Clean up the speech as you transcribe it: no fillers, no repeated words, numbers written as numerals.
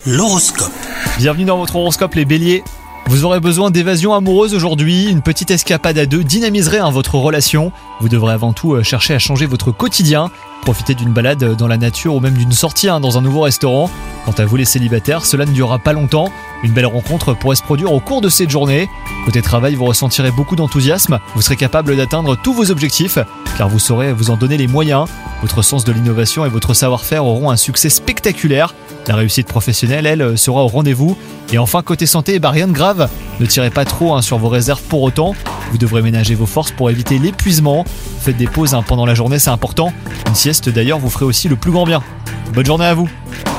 L'horoscope. Bienvenue dans votre horoscope les béliers. Vous aurez besoin d'évasion amoureuse aujourd'hui, une petite escapade à deux dynamiserait votre relation. Vous devrez avant tout chercher à changer votre quotidien, profiter d'une balade dans la nature ou même d'une sortie dans un nouveau restaurant. Quant à vous les célibataires, cela ne durera pas longtemps. Une belle rencontre pourrait se produire au cours de cette journée. Côté travail, vous ressentirez beaucoup d'enthousiasme, vous serez capable d'atteindre tous vos objectifs, car vous saurez vous en donner les moyens. Votre sens de l'innovation et votre savoir-faire auront un succès spectaculaire. La réussite professionnelle, elle, sera au rendez-vous. Et enfin, côté santé, rien de grave. Ne tirez pas trop sur vos réserves pour autant. Vous devrez ménager vos forces pour éviter l'épuisement. Faites des pauses pendant la journée, c'est important. Une sieste d'ailleurs vous ferait aussi le plus grand bien. Bonne journée à vous.